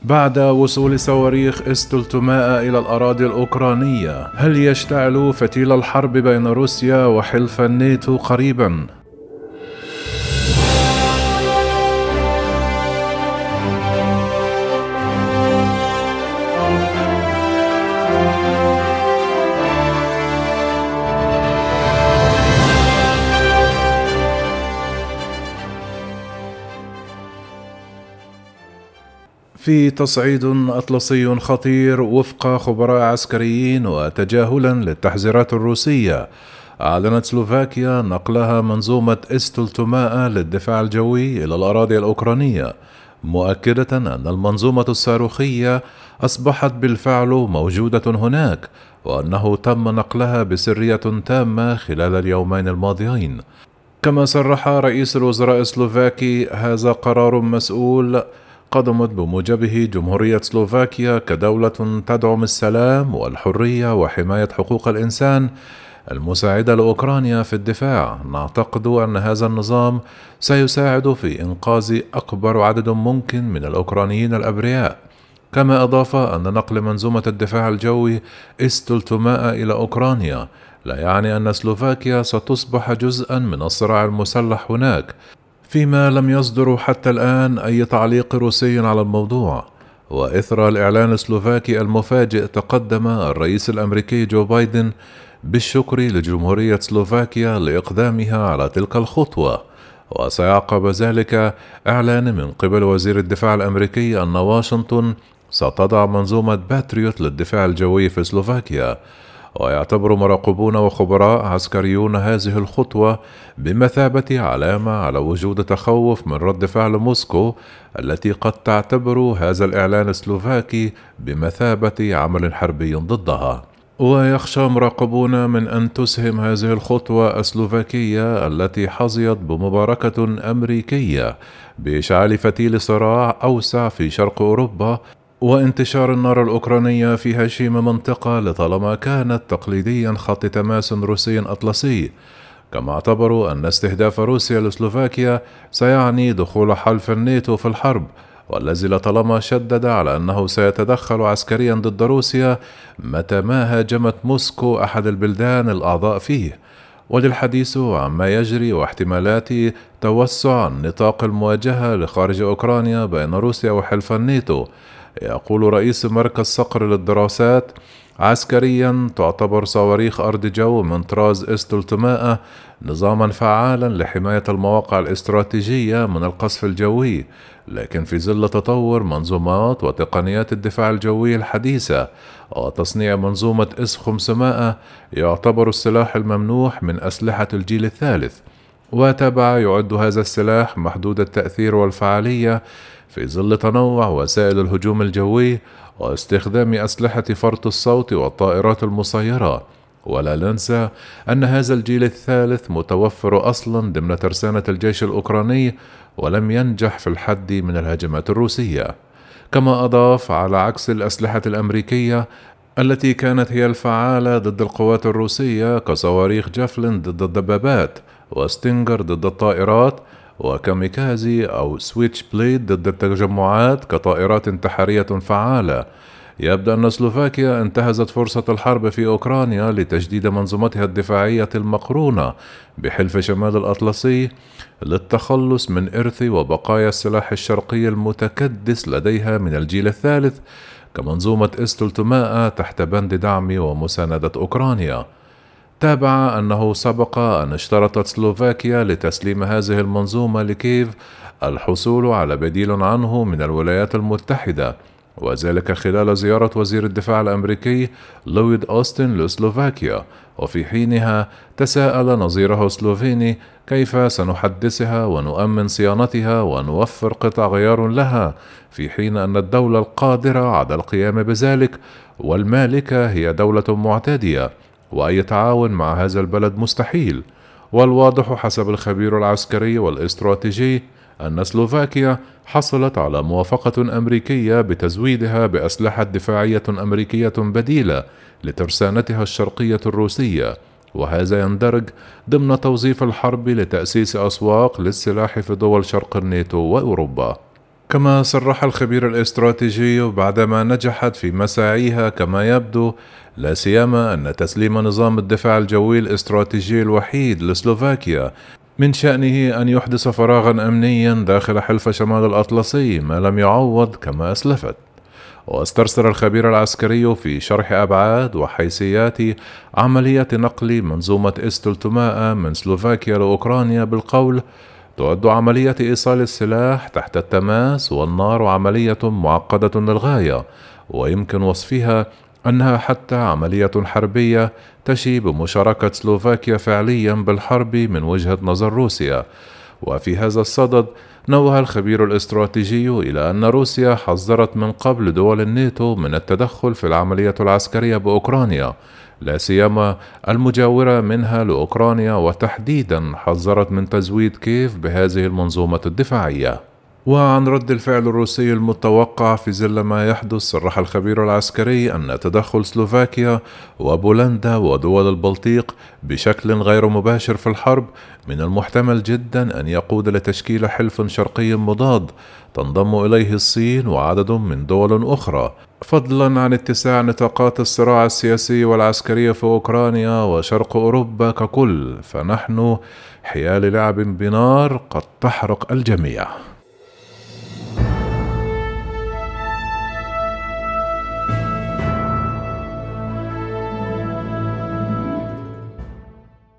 بعد وصول صواريخ S-300 إلى الأراضي الأوكرانية، هل يشتعل فتيل الحرب بين روسيا وحلف الناتو قريباً؟ في تصعيد أطلسي خطير وفق خبراء عسكريين وتجاهلا للتحذيرات الروسية، أعلنت سلوفاكيا نقلها منظومة S-300 للدفاع الجوي إلى الأراضي الأوكرانية، مؤكدة أن المنظومة الصاروخية أصبحت بالفعل موجودة هناك، وأنه تم نقلها بسرية تامة خلال اليومين الماضيين. كما صرح رئيس الوزراء السلوفاكي: هذا قرار مسؤول قدمت بموجبه جمهورية سلوفاكيا كدولة تدعم السلام والحرية وحماية حقوق الإنسان المساعدة لأوكرانيا في الدفاع. نعتقد أن هذا النظام سيساعد في إنقاذ أكبر عدد ممكن من الأوكرانيين الأبرياء. كما أضاف أن نقل منظومة الدفاع الجوي S-300 إلى أوكرانيا لا يعني أن سلوفاكيا ستصبح جزءا من الصراع المسلح هناك، فيما لم يصدر حتى الآن أي تعليق روسي على الموضوع. وإثر الإعلان السلوفاكي المفاجئ، تقدم الرئيس الأمريكي جو بايدن بالشكر لجمهورية سلوفاكيا لإقدامها على تلك الخطوة، وسيعقب ذلك إعلان من قبل وزير الدفاع الأمريكي أن واشنطن ستضع منظومة باتريوت للدفاع الجوي في سلوفاكيا. ويعتبر مراقبون وخبراء عسكريون هذه الخطوة بمثابة علامة على وجود تخوف من رد فعل موسكو، التي قد تعتبر هذا الإعلان السلوفاكي بمثابة عمل حربي ضدها. ويخشى مراقبون من أن تسهم هذه الخطوة السلوفاكية التي حظيت بمباركة أمريكية بإشعال فتيل صراع أوسع في شرق أوروبا وانتشار النار الأوكرانية في هشيم منطقة لطالما كانت تقليديا خط تماس روسي أطلسي. كما اعتبروا أن استهداف روسيا لسلوفاكيا سيعني دخول حلف الناتو في الحرب، والذي لطالما شدد على أنه سيتدخل عسكريا ضد روسيا متى ما هاجمت موسكو أحد البلدان الأعضاء فيه. وللحديث عما يجري واحتمالات توسع نطاق المواجهة لخارج أوكرانيا بين روسيا وحلف الناتو، يقول رئيس مركز صقر للدراسات: عسكريا تعتبر صواريخ أرض جو من طراز S-300 نظاما فعالا لحماية المواقع الاستراتيجية من القصف الجوي، لكن في ظل تطور منظومات وتقنيات الدفاع الجوي الحديثة وتصنيع منظومة S-500 يعتبر السلاح الممنوح من أسلحة الجيل الثالث. وتابع يعد هذا السلاح محدود التأثير والفعالية في ظل تنوع وسائل الهجوم الجوي واستخدام أسلحة فرط الصوت والطائرات المسيرة. ولا ننسى أن هذا الجيل الثالث متوفر أصلا ضمن ترسانة الجيش الأوكراني ولم ينجح في الحد من الهجمات الروسية. كما أضاف: على عكس الأسلحة الأمريكية التي كانت هي الفعالة ضد القوات الروسية كصواريخ جافلين ضد الدبابات، وستينجر ضد الطائرات، وكاميكازي أو سويتش بليد ضد التجمعات كطائرات انتحارية فعالة، يبدو أن سلوفاكيا انتهزت فرصة الحرب في أوكرانيا لتجديد منظومتها الدفاعية المقرونة بحلف شمال الأطلسي للتخلص من إرث وبقايا السلاح الشرقي المتكدس لديها من الجيل الثالث كمنظومة S-300 تحت بند دعم ومساندة أوكرانيا. تابع أنه سبق أن اشترطت سلوفاكيا لتسليم هذه المنظومة لكييف الحصول على بديل عنه من الولايات المتحدة، وذلك خلال زيارة وزير الدفاع الأمريكي لويد أوستن لسلوفاكيا، وفي حينها تساءل نظيره السلوفيني: كيف سنحدثها ونؤمن صيانتها ونوفر قطع غيار لها في حين أن الدولة القادرة على القيام بذلك والمالكة هي دولة معتدية، وأي تعاون مع هذا البلد مستحيل. والواضح حسب الخبير العسكري والاستراتيجي أن سلوفاكيا حصلت على موافقة أمريكية بتزويدها بأسلحة دفاعية أمريكية بديلة لترسانتها الشرقية الروسية، وهذا يندرج ضمن توظيف الحرب لتأسيس أسواق للسلاح في دول شرق الناتو وأوروبا. كما صرح الخبير الاستراتيجي بعدما نجحت في مساعيها كما يبدو، لا سيما أن تسليم نظام الدفاع الجوي الاستراتيجي الوحيد لسلوفاكيا من شأنه أن يحدث فراغا أمنيا داخل حلف شمال الأطلسي ما لم يعوض كما أسلفت. واسترسل الخبير العسكري في شرح أبعاد وحيثيات عملية نقل منظومة إس-300 من سلوفاكيا لأوكرانيا بالقول: تعد عملية إيصال السلاح تحت التماس والنار عملية معقدة للغاية، ويمكن وصفها أنها حتى عملية حربية تشي بمشاركة سلوفاكيا فعليا بالحرب من وجهة نظر روسيا. وفي هذا الصدد نوه الخبير الاستراتيجي إلى أن روسيا حذرت من قبل دول الناتو من التدخل في العملية العسكرية بأوكرانيا، لا سيما المجاورة منها لأوكرانيا، وتحديدا حذرت من تزويد كييف بهذه المنظومة الدفاعية. وعن رد الفعل الروسي المتوقع في ظل ما يحدث، صرح الخبير العسكري أن تدخل سلوفاكيا وبولندا ودول البلطيق بشكل غير مباشر في الحرب من المحتمل جدا أن يقود لتشكيل حلف شرقي مضاد تنضم إليه الصين وعدد من دول أخرى، فضلا عن اتساع نطاقات الصراع السياسي والعسكري في أوكرانيا وشرق أوروبا ككل. فنحن حيال لعب بنار قد تحرق الجميع.